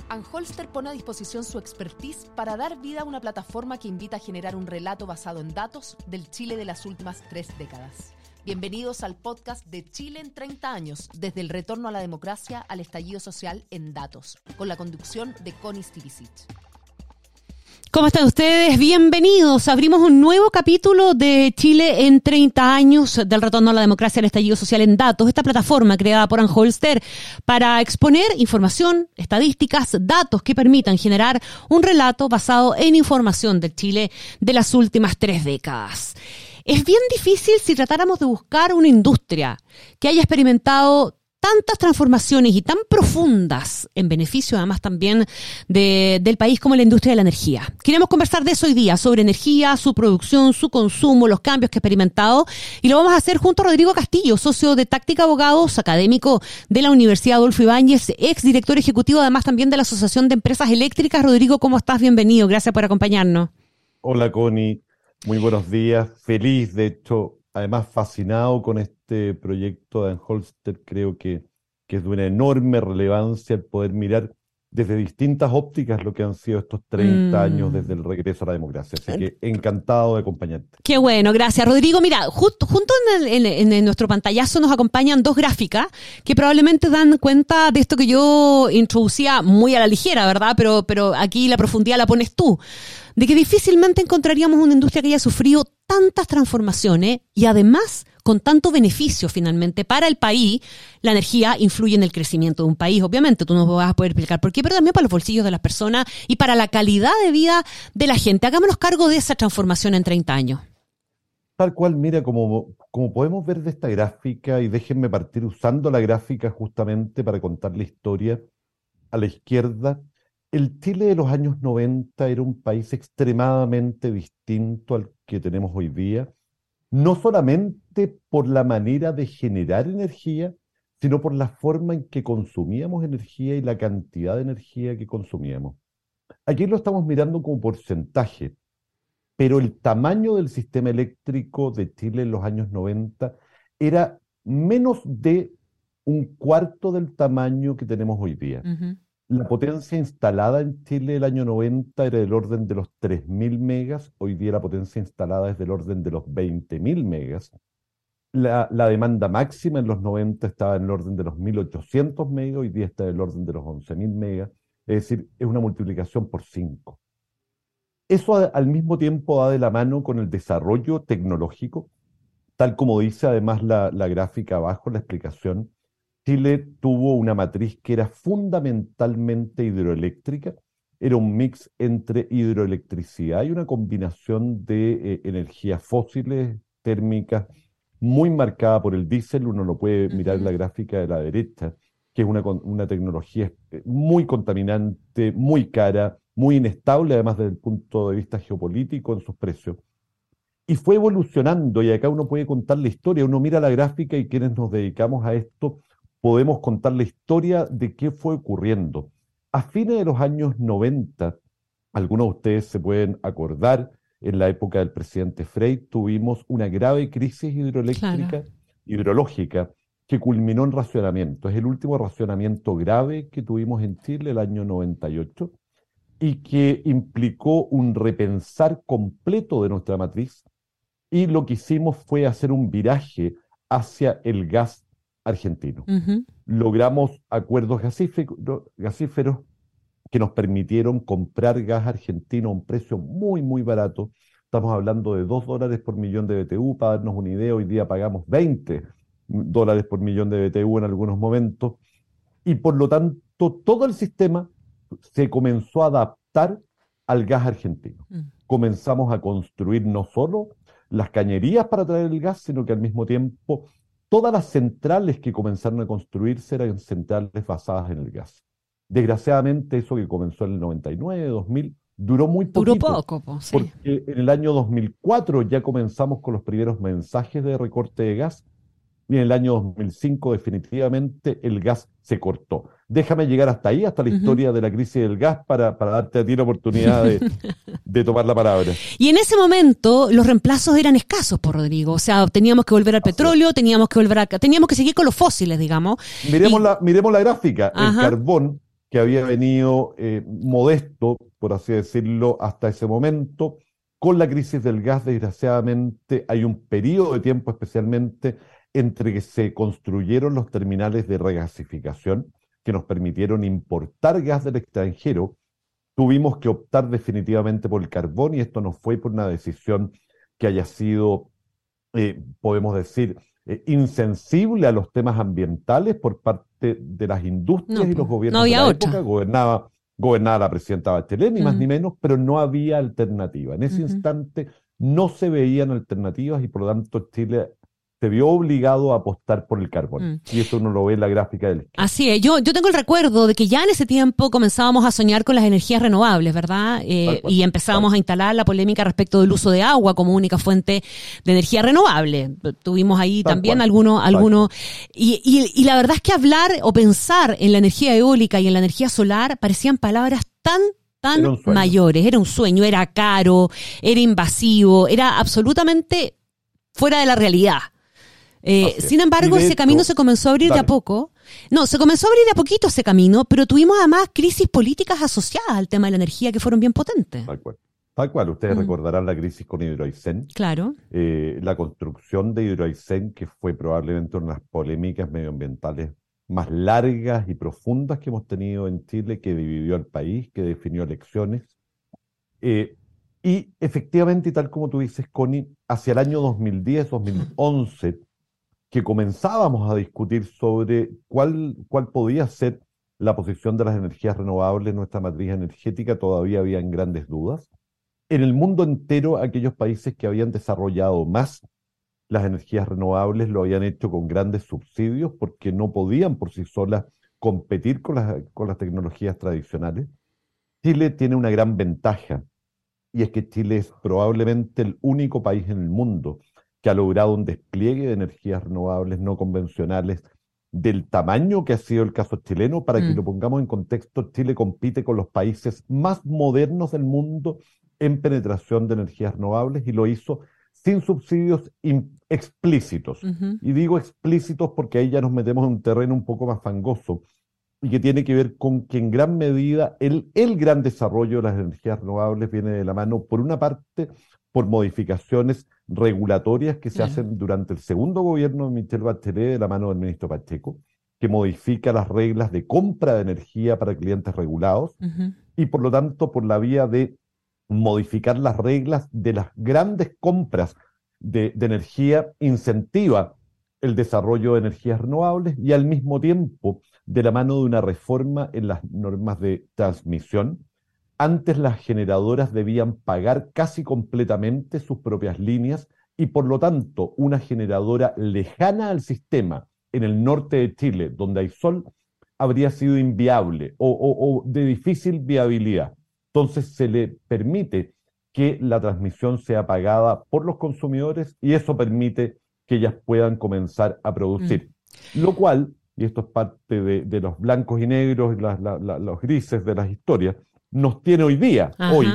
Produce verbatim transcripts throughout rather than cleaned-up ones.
Anholster pone a disposición su expertise para dar vida a una plataforma que invita a generar un relato basado en datos del Chile de las últimas tres décadas. Bienvenidos al podcast de Chile en treinta años, desde el retorno a la democracia al estallido social en datos, con la conducción de Connie Stivicic. ¿Cómo están ustedes? Bienvenidos. Abrimos un nuevo capítulo de Chile en treinta años, del retorno a la democracia al estallido social en datos, esta plataforma creada por Anholster para exponer información, estadísticas, datos que permitan generar un relato basado en información del Chile de las últimas tres décadas. Es bien difícil si tratáramos de buscar una industria que haya experimentado tantas transformaciones y tan profundas en beneficio además también de, del país como la industria de la energía. Queremos conversar de eso hoy día, sobre energía, su producción, su consumo, los cambios que ha experimentado, y lo vamos a hacer junto a Rodrigo Castillo, socio de Táctica Abogados, académico de la Universidad Adolfo Ibáñez, ex director ejecutivo además también de la Asociación de Empresas Eléctricas. Rodrigo, ¿cómo estás? Bienvenido, gracias por acompañarnos. Hola Connie, muy buenos días, feliz, de hecho, además fascinado con este proyecto de Anholster. Creo que, que es de una enorme relevancia el poder mirar desde distintas ópticas lo que han sido estos treinta mm. años desde el regreso a la democracia. Así que encantado de acompañarte. Qué bueno, gracias. Rodrigo, mira, just, junto en, el, en, en nuestro pantallazo nos acompañan dos gráficas que probablemente dan cuenta de esto que yo introducía muy a la ligera, ¿verdad? Pero, pero aquí la profundidad la pones tú. De que difícilmente encontraríamos una industria que haya sufrido tantas transformaciones y además con tanto beneficio finalmente para el país. La energía influye en el crecimiento de un país, obviamente, tú nos vas a poder explicar por qué, pero también para los bolsillos de las personas y para la calidad de vida de la gente. Hagámonos cargo de esa transformación en treinta años. Tal cual, mira, como, como podemos ver de esta gráfica, y déjenme partir usando la gráfica justamente para contar la historia, a la izquierda, el Chile de los años noventa era un país extremadamente distinto al que tenemos hoy día, no solamente por la manera de generar energía, sino por la forma en que consumíamos energía y la cantidad de energía que consumíamos. Aquí lo estamos mirando como porcentaje, pero el tamaño del sistema eléctrico de Chile en los años noventa era menos de un cuarto del tamaño que tenemos hoy día. Uh-huh. La potencia instalada en Chile el año noventa era del orden de los tres mil megas, hoy día la potencia instalada es del orden de los veinte mil megas. La, la demanda máxima en los noventa estaba en el orden de los mil ochocientos megas, hoy día está en el orden de los once mil megas, es decir, es una multiplicación por cinco. Eso a, al mismo tiempo va de la mano con el desarrollo tecnológico, tal como dice además la, la gráfica abajo, la explicación. Chile tuvo una matriz que era fundamentalmente hidroeléctrica, era un mix entre hidroelectricidad y una combinación de eh, energías fósiles, térmicas, muy marcada por el diésel. Uno lo puede uh-huh. mirar en la gráfica de la derecha, que es una, una tecnología muy contaminante, muy cara, muy inestable, además desde el punto de vista geopolítico en sus precios. Y fue evolucionando, y acá uno puede contar la historia, uno mira la gráfica y quienes nos dedicamos a esto, podemos contar la historia de qué fue ocurriendo. A fines de los años noventa, algunos de ustedes se pueden acordar, en la época del presidente Frei, tuvimos una grave crisis hidroeléctrica, claro. hidrológica, que culminó en racionamiento. Es el último racionamiento grave que tuvimos en Chile el año noventa y ocho, y que implicó un repensar completo de nuestra matriz, y lo que hicimos fue hacer un viraje hacia el gas argentino. Uh-huh. Logramos acuerdos gasíferos, gasíferos que nos permitieron comprar gas argentino a un precio muy, muy barato. Estamos hablando de dos dólares por millón de B T U. Para darnos una idea, hoy día pagamos veinte dólares por millón de B T U en algunos momentos. Y por lo tanto, todo el sistema se comenzó a adaptar al gas argentino. Uh-huh. Comenzamos a construir no solo las cañerías para traer el gas, sino que al mismo tiempo todas las centrales que comenzaron a construirse eran centrales basadas en el gas. Desgraciadamente, eso que comenzó en el noventa y nueve, dos mil, duró muy poquito. Duró poco, pues, sí. Porque en el año dos mil cuatro ya comenzamos con los primeros mensajes de recorte de gas, y en el año dos mil cinco definitivamente el gas se cortó. Déjame llegar hasta ahí, hasta la uh-huh. historia de la crisis del gas, para, para darte a ti la oportunidad de, de tomar la palabra. Y en ese momento los reemplazos eran escasos, por Rodrigo. O sea, teníamos que volver al Así petróleo, es. teníamos que volver a, teníamos que seguir con los fósiles, digamos. Miremos, y... la, miremos la gráfica. Ajá. El carbón que había venido eh, modesto, por así decirlo, hasta ese momento. Con la crisis del gas, desgraciadamente, hay un periodo de tiempo especialmente entre que se construyeron los terminales de regasificación que nos permitieron importar gas del extranjero. Tuvimos que optar definitivamente por el carbón y esto no fue por una decisión que haya sido, eh, podemos decir, eh, insensible a los temas ambientales por parte de las industrias No, y los no gobiernos de había la otra. época. Gobernaba, gobernaba la presidenta Bachelet, ni más Mm. ni menos, pero no había alternativa. En ese Ujú. instante no se veían alternativas y por lo tanto Chile se vio obligado a apostar por el carbón. Mm. Y eso uno lo ve en la gráfica del izquierda. Así es, yo, yo tengo el recuerdo de que ya en ese tiempo comenzábamos a soñar con las energías renovables, ¿verdad? Eh, Tal cual, y empezábamos tal. a instalar la polémica respecto del uso de agua como única fuente de energía renovable. Tuvimos ahí Tal también cual, algunos, tal algunos, y, y, y la verdad es que hablar o pensar en la energía eólica y en la energía solar parecían palabras tan tan Era un sueño. mayores, era un sueño, era caro, era invasivo, era absolutamente fuera de la realidad. Eh, Así es. sin embargo, Y de ese camino hecho, se comenzó a abrir de a dale. poco. No, se comenzó a abrir de a poquito ese camino, pero tuvimos además crisis políticas asociadas al tema de la energía que fueron bien potentes. Tal cual. Tal cual. Ustedes Mm. recordarán la crisis con Hidroaicén. Claro. Eh, la construcción de Hidroaicén, que fue probablemente una de las polémicas medioambientales más largas y profundas que hemos tenido en Chile, que dividió al país, que definió elecciones. Eh, y efectivamente, y tal como tú dices, Connie, hacia el año dos mil diez, dos mil once, que comenzábamos a discutir sobre cuál, cuál podía ser la posición de las energías renovables en nuestra matriz energética, todavía habían grandes dudas. En el mundo entero, aquellos países que habían desarrollado más las energías renovables lo habían hecho con grandes subsidios porque no podían por sí solas competir con las, con las tecnologías tradicionales. Chile tiene una gran ventaja y es que Chile es probablemente el único país en el mundo que ha logrado un despliegue de energías renovables no convencionales del tamaño que ha sido el caso chileno. Para que Mm. lo pongamos en contexto, Chile compite con los países más modernos del mundo en penetración de energías renovables y lo hizo sin subsidios in- explícitos. Ujú. Y digo explícitos porque ahí ya nos metemos en un terreno un poco más fangoso y que tiene que ver con que en gran medida el, el gran desarrollo de las energías renovables viene de la mano, por una parte, por modificaciones regulatorias que se Claro. hacen durante el segundo gobierno de Michelle Bachelet, de la mano del ministro Pacheco, que modifica las reglas de compra de energía para clientes regulados, Ujú. y por lo tanto por la vía de modificar las reglas de las grandes compras de, de energía, incentiva el desarrollo de energías renovables y al mismo tiempo de la mano de una reforma en las normas de transmisión. Antes las generadoras debían pagar casi completamente sus propias líneas y por lo tanto una generadora lejana al sistema en el norte de Chile, donde hay sol, habría sido inviable o, o, o de difícil viabilidad. Entonces se le permite que la transmisión sea pagada por los consumidores y eso permite que ellas puedan comenzar a producir. Mm. Lo cual, y esto es parte de, de los blancos y negros y las, la, la, los grises de las historias, nos tiene hoy día, Ajá. hoy,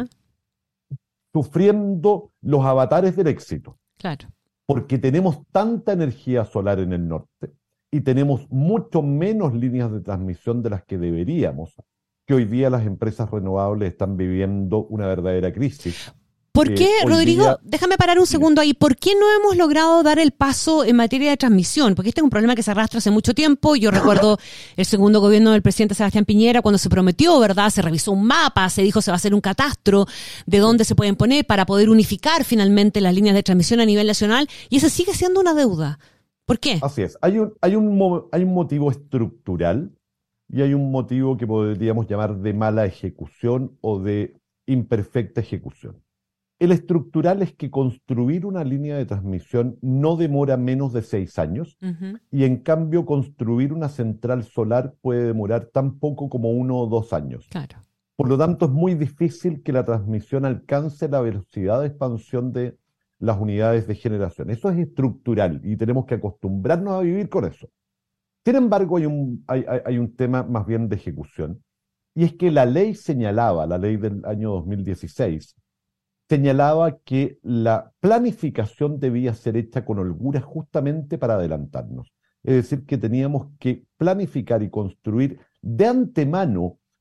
sufriendo los avatares del éxito. Claro. Porque tenemos tanta energía solar en el norte y tenemos mucho menos líneas de transmisión de las que deberíamos, que hoy día las empresas renovables están viviendo una verdadera crisis. ¿Por qué, eh, Rodrigo? Día... Déjame parar un segundo ahí. ¿Por qué no hemos logrado dar el paso en materia de transmisión? Porque este es un problema que se arrastra hace mucho tiempo. Yo recuerdo el segundo gobierno del presidente Sebastián Piñera cuando se prometió, ¿verdad? Se revisó un mapa, se dijo se va a hacer un catastro de dónde se pueden poner para poder unificar finalmente las líneas de transmisión a nivel nacional y ese sigue siendo una deuda. ¿Por qué? Así es. Hay un, hay un, hay un motivo estructural y hay un motivo que podríamos llamar de mala ejecución o de imperfecta ejecución. El estructural es que construir una línea de transmisión no demora menos de seis años uh-huh. y en cambio construir una central solar puede demorar tan poco como uno o dos años. Claro. Por lo tanto, es muy difícil que la transmisión alcance la velocidad de expansión de las unidades de generación. Eso es estructural y tenemos que acostumbrarnos a vivir con eso. Sin embargo, hay un, hay, hay un tema más bien de ejecución y es que la ley señalaba, la ley del año dos mil dieciséis, señalaba que la planificación debía ser hecha con holgura justamente para adelantarnos. Es decir, que teníamos que planificar y construir de antemano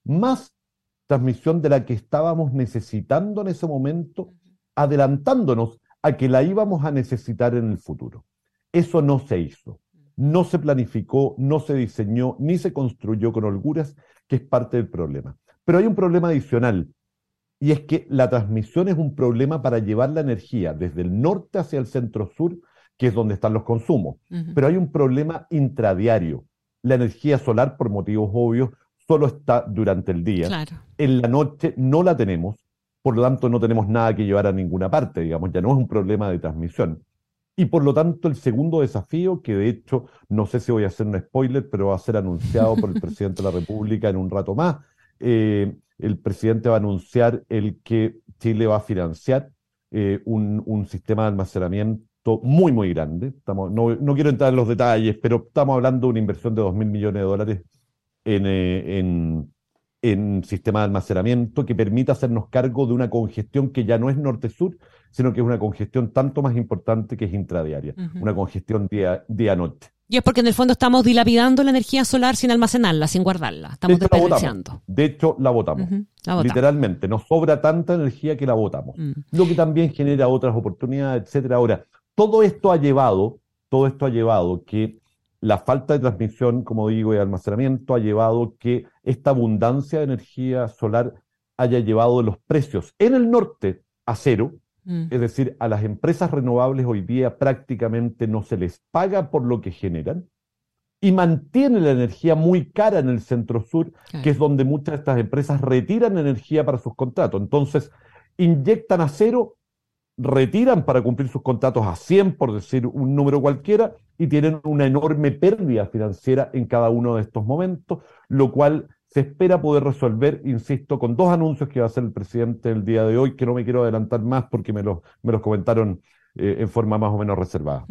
más transmisión de la que estábamos necesitando en ese momento, adelantándonos a que la íbamos a necesitar en el futuro. Eso no se hizo, no se planificó, no se diseñó, ni se construyó con holguras, que es parte del problema. Pero hay un problema adicional, y es que la transmisión es un problema para llevar la energía desde el norte hacia el centro-sur, que es donde están los consumos. Uh-huh. Pero hay un problema intradiario. La energía solar, por motivos obvios, solo está durante el día. Claro. En la noche no la tenemos, por lo tanto no tenemos nada que llevar a ninguna parte, digamos, ya no es un problema de transmisión. Y por lo tanto el segundo desafío, que de hecho, no sé si voy a hacer un spoiler, pero va a ser anunciado por el presidente de la República en un rato más, eh, el presidente va a anunciar el que Chile va a financiar eh, un, un sistema de almacenamiento muy, muy grande. Estamos, no, no quiero entrar en los detalles, pero estamos hablando de una inversión de dos mil millones de dólares en, eh, en, en sistema de almacenamiento que permita hacernos cargo de una congestión que ya no es norte-sur, sino que es una congestión tanto más importante que es intradiaria, uh-huh. una congestión día, día-noche. Y es porque en el fondo estamos dilapidando la energía solar sin almacenarla, sin guardarla. Estamos de hecho, desperdiciando. De hecho, la botamos. Uh-huh. La botamos. Literalmente, nos sobra tanta energía que la botamos. Uh-huh. Lo que también genera otras oportunidades, etcétera. Ahora, todo esto ha llevado, todo esto ha llevado que la falta de transmisión, como digo, y almacenamiento ha llevado que esta abundancia de energía solar haya llevado los precios en el norte a cero. Mm. Es decir, a las empresas renovables hoy día prácticamente no se les paga por lo que generan y mantiene la energía muy cara en el centro-sur, okay. que es donde muchas de estas empresas retiran energía para sus contratos. Entonces, inyectan a cero, retiran para cumplir sus contratos a cien, por decir un número cualquiera, y tienen una enorme pérdida financiera en cada uno de estos momentos, lo cual se espera poder resolver, insisto, con dos anuncios que va a hacer el presidente el día de hoy, que no me quiero adelantar más porque me los, me los comentaron eh, en forma más o menos reservada.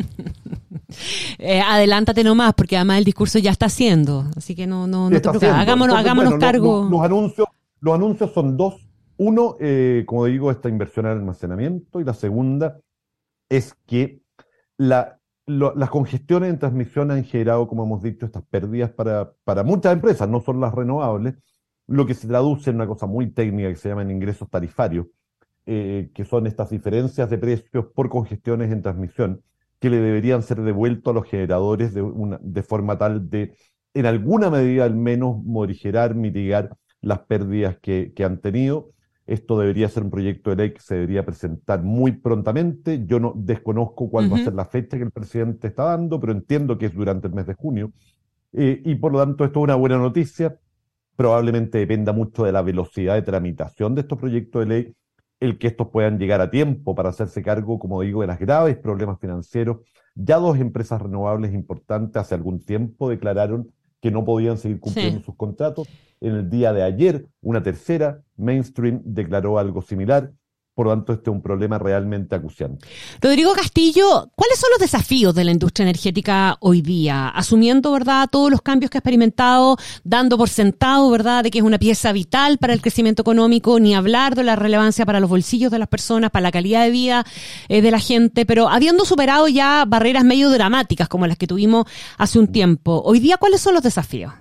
eh, adelántate nomás, porque además el discurso ya está haciendo, así que no, no, no te preocupes, hagámonos, Entonces, hagámonos bueno, cargo. Los, los, anuncios, los anuncios son dos. Uno, eh, como digo, esta inversión en almacenamiento, y la segunda es que la... Lo, las congestiones en transmisión han generado, como hemos dicho, estas pérdidas para, para muchas empresas, no son las renovables, lo que se traduce en una cosa muy técnica que se llaman ingresos tarifarios, eh, que son estas diferencias de precios por congestiones en transmisión, que le deberían ser devueltos a los generadores de, una, de forma tal de, en alguna medida al menos, morigerar, mitigar las pérdidas que, que han tenido. Esto debería ser un proyecto de ley que se debería presentar muy prontamente. Yo no desconozco cuál uh-huh. va a ser la fecha que el presidente está dando, pero entiendo que es durante el mes de junio. Eh, y por lo tanto, esto es una buena noticia. Probablemente dependa mucho de la velocidad de tramitación de estos proyectos de ley, el que estos puedan llegar a tiempo para hacerse cargo, como digo, de los graves problemas financieros. Ya dos empresas renovables importantes hace algún tiempo declararon que no podían seguir cumpliendo sí. sus contratos. En el día de ayer, una tercera, Mainstream, declaró algo similar. Por lo tanto, este es un problema realmente acuciante. Rodrigo Castillo, ¿cuáles son los desafíos de la industria energética hoy día? Asumiendo, ¿verdad?, todos los cambios que ha experimentado, dando por sentado, ¿verdad?, de que es una pieza vital para el crecimiento económico, ni hablar de la relevancia para los bolsillos de las personas, para la calidad de vida eh, de la gente, pero habiendo superado ya barreras medio dramáticas como las que tuvimos hace un tiempo. Hoy día, ¿cuáles son los desafíos?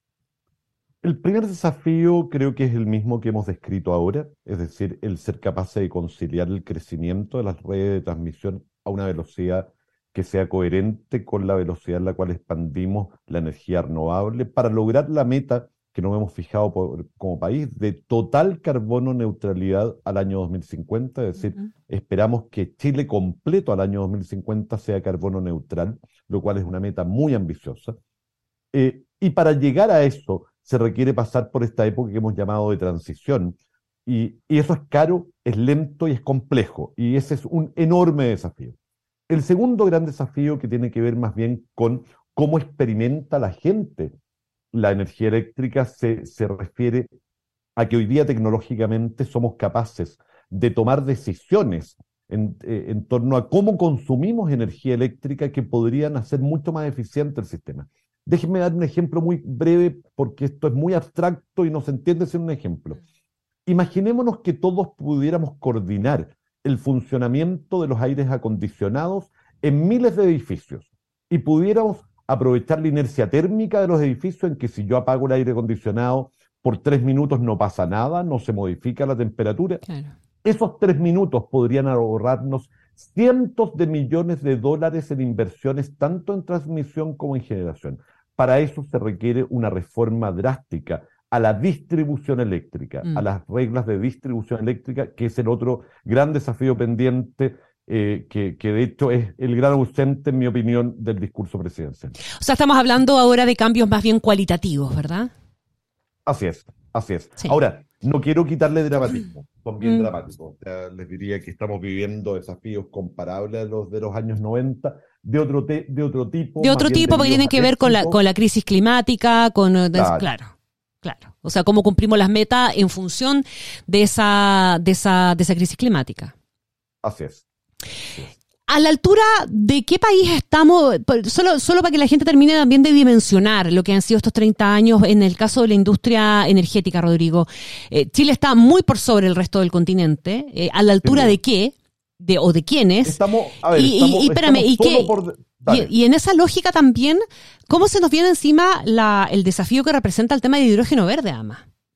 El primer desafío creo que es el mismo que hemos descrito ahora, es decir, el ser capaces de conciliar el crecimiento de las redes de transmisión a una velocidad que sea coherente con la velocidad en la cual expandimos la energía renovable para lograr la meta que nos hemos fijado por, como país de total carbono neutralidad al año dos mil cincuenta, es decir, uh-huh. esperamos que Chile completo al año dos mil cincuenta sea carbono neutral, lo cual es una meta muy ambiciosa. Eh, y para llegar a eso, se requiere pasar por esta época que hemos llamado de transición. Y, y eso es caro, es lento y es complejo. Y ese es un enorme desafío. El segundo gran desafío, que tiene que ver más bien con cómo experimenta la gente la energía eléctrica, se, se refiere a que hoy día tecnológicamente somos capaces de tomar decisiones en, eh, en torno a cómo consumimos energía eléctrica que podrían hacer mucho más eficiente el sistema. Déjenme dar un ejemplo muy breve, porque esto es muy abstracto y no se entiende sin un ejemplo. Imaginémonos que todos pudiéramos coordinar el funcionamiento de los aires acondicionados en miles de edificios y pudiéramos aprovechar la inercia térmica de los edificios, en que si yo apago el aire acondicionado, por tres minutos no pasa nada, no se modifica la temperatura. Claro. Esos tres minutos podrían ahorrarnos cientos de millones de dólares en inversiones, tanto en transmisión como en generación. Para eso se requiere una reforma drástica a la distribución eléctrica, Mm. a las reglas de distribución eléctrica, que es el otro gran desafío pendiente, eh, que, que de hecho es el gran ausente, en mi opinión, del discurso presidencial. O sea, estamos hablando ahora de cambios más bien cualitativos, ¿verdad? Así es, así es. Sí. Ahora, no quiero quitarle dramatismo, son bien Mm. dramáticos. O sea, les diría que estamos viviendo desafíos comparables a los de los años noventa, de otro, te- de otro tipo. De más otro bien tipo, porque debidos tienen que al ver con la, éxito. con la crisis climática, con... eh, des- Claro. Claro, claro. O sea, cómo cumplimos las metas en función de esa, de esa, de esa crisis climática. Así es. Así es. ¿A la altura de qué país estamos? Por- Solo, solo para que la gente termine también de dimensionar lo que han sido estos treinta años en el caso de la industria energética, Rodrigo. Eh, Chile está muy por sobre el resto del continente. Eh, ¿A la altura Sin duda. de qué? De, ¿O de quiénes? Estamos, a ver, Y- y- estamos, y espérame, estamos ¿y solo qué? por... Dale. Y, y en esa lógica también, ¿cómo se nos viene encima la, el desafío que representa el tema de hidrógeno verde, además?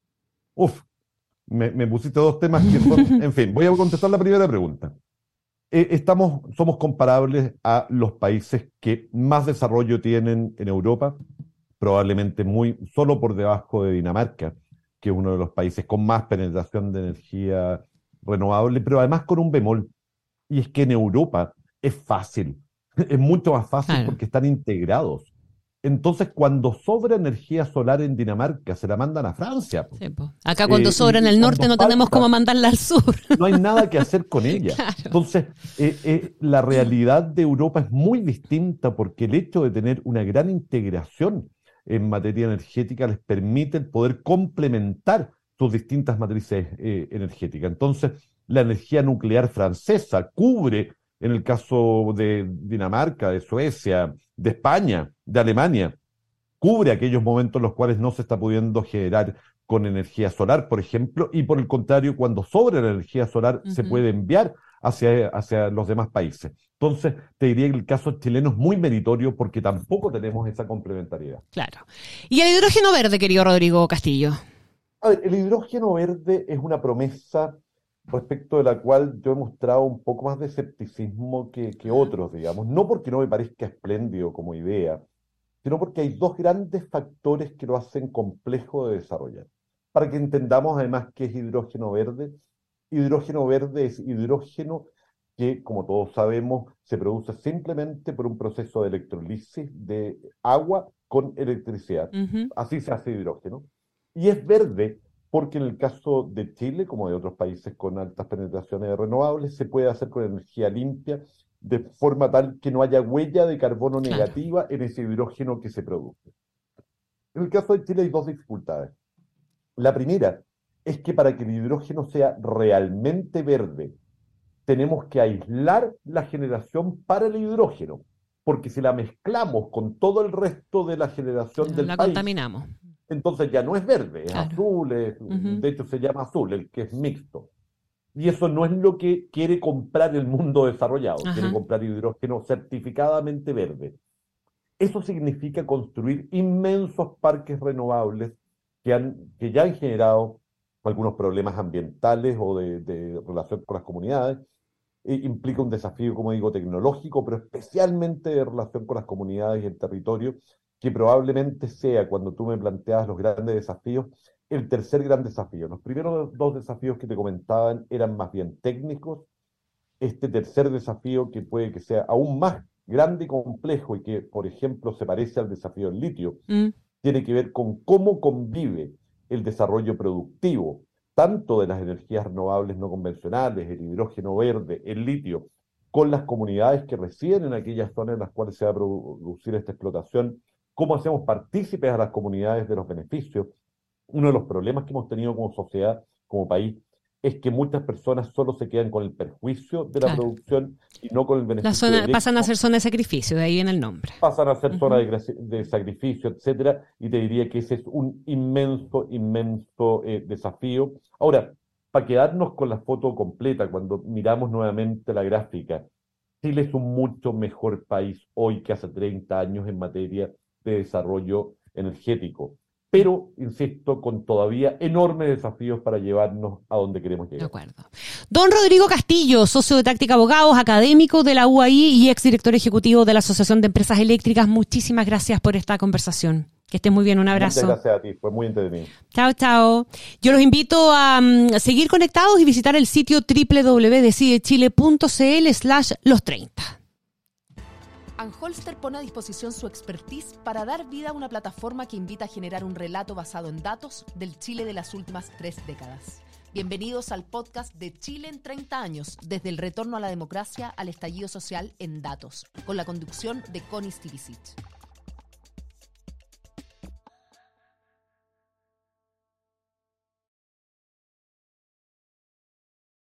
Uf, me, me pusiste dos temas que son... En fin, voy a contestar la primera pregunta. Eh, estamos, somos comparables a los países que más desarrollo tienen en Europa, probablemente muy solo por debajo de Dinamarca, que es uno de los países con más penetración de energía renovable, pero además con un bemol, y es que en Europa es fácil, es mucho más fácil Claro. porque están integrados. Entonces, cuando sobra energía solar en Dinamarca, se la mandan a Francia. Sí, po. Acá cuando Eh, sobra en y- el y norte cuando no tenemos falta- cómo mandarla al sur. No hay nada que hacer con ella. Claro. Entonces, eh, eh, la realidad de Europa es muy distinta porque el hecho de tener una gran integración en materia energética les permite el poder complementar sus distintas matrices eh, energéticas. Entonces, la energía nuclear francesa cubre, en el caso de Dinamarca, de Suecia, de España, de Alemania, cubre aquellos momentos en los cuales no se está pudiendo generar con energía solar, por ejemplo, y por el contrario, cuando sobra la energía solar, se Ujú. puede enviar hacia, hacia los demás países. Entonces, te diría que el caso chileno es muy meritorio porque tampoco tenemos esa complementariedad. Claro. Y el hidrógeno verde, querido Rodrigo Castillo. A ver, el hidrógeno verde es una promesa respecto de la cual yo he mostrado un poco más de escepticismo que, que otros, digamos, no porque no me parezca espléndido como idea, sino porque hay dos grandes factores que lo hacen complejo de desarrollar. Para que entendamos además qué es hidrógeno verde, hidrógeno verde es hidrógeno que, como todos sabemos, se produce simplemente por un proceso de electrolisis de agua con electricidad. Ujú. Así se hace hidrógeno. Y es verde porque en el caso de Chile, como de otros países con altas penetraciones de renovables, se puede hacer con energía limpia, de forma tal que no haya huella de carbono Claro. negativa en ese hidrógeno que se produce. En el caso de Chile hay dos dificultades. La primera es que para que el hidrógeno sea realmente verde, tenemos que aislar la generación para el hidrógeno, porque si la mezclamos con todo el resto de la generación del La país, contaminamos. entonces ya no es verde, es Claro. azul, es- Ujú. de hecho se llama azul, el que es mixto. Y eso no es lo que quiere comprar el mundo desarrollado, Ajá. quiere comprar hidrógeno certificadamente verde. Eso significa construir inmensos parques renovables que, han, que ya han generado algunos problemas ambientales o de, de relación con las comunidades. Eh, implica un desafío, como digo, tecnológico, pero especialmente de relación con las comunidades y el territorio, que probablemente sea, cuando tú me planteabas los grandes desafíos, el tercer gran desafío. Los primeros dos desafíos que te comentaban eran más bien técnicos. Este tercer desafío, que puede que sea aún más grande y complejo y que, por ejemplo, se parece al desafío del litio, Mm. tiene que ver con cómo convive el desarrollo productivo, tanto de las energías renovables no convencionales, el hidrógeno verde, el litio, con las comunidades que residen en aquellas zonas en las cuales se va a producir esta explotación, cómo hacemos partícipes a las comunidades de los beneficios. Uno de los problemas que hemos tenido como sociedad, como país, es que muchas personas solo se quedan con el perjuicio de la Claro. producción y no con el beneficio La zona, directo. pasan a ser zona de sacrificio, de ahí viene el nombre. Pasan a ser Ujú. zonas de, graci- de sacrificio, etcétera, y te diría que ese es un inmenso, inmenso eh, desafío. Ahora, para quedarnos con la foto completa, cuando miramos nuevamente la gráfica, Chile es un mucho mejor país hoy que hace treinta años en materia de desarrollo energético. pero, insisto, con todavía enormes desafíos para llevarnos a donde queremos llegar. De acuerdo. Don Rodrigo Castillo, socio de Táctica Abogados, académico de la U A I y exdirector ejecutivo de la Asociación de Empresas Eléctricas, muchísimas gracias por esta conversación. Que estés muy bien, un abrazo. Muchas gracias a ti, fue muy entretenido. Chao, chao. Yo los invito a um, seguir conectados y visitar el sitio doble u doble u doble u punto decidechile punto c l slash los treinta. Anholster pone a disposición su expertise para dar vida a una plataforma que invita a generar un relato basado en datos del Chile de las últimas tres décadas. Bienvenidos al podcast de Chile en treinta años, desde el retorno a la democracia al estallido social en datos, con la conducción de Connie Stivicic.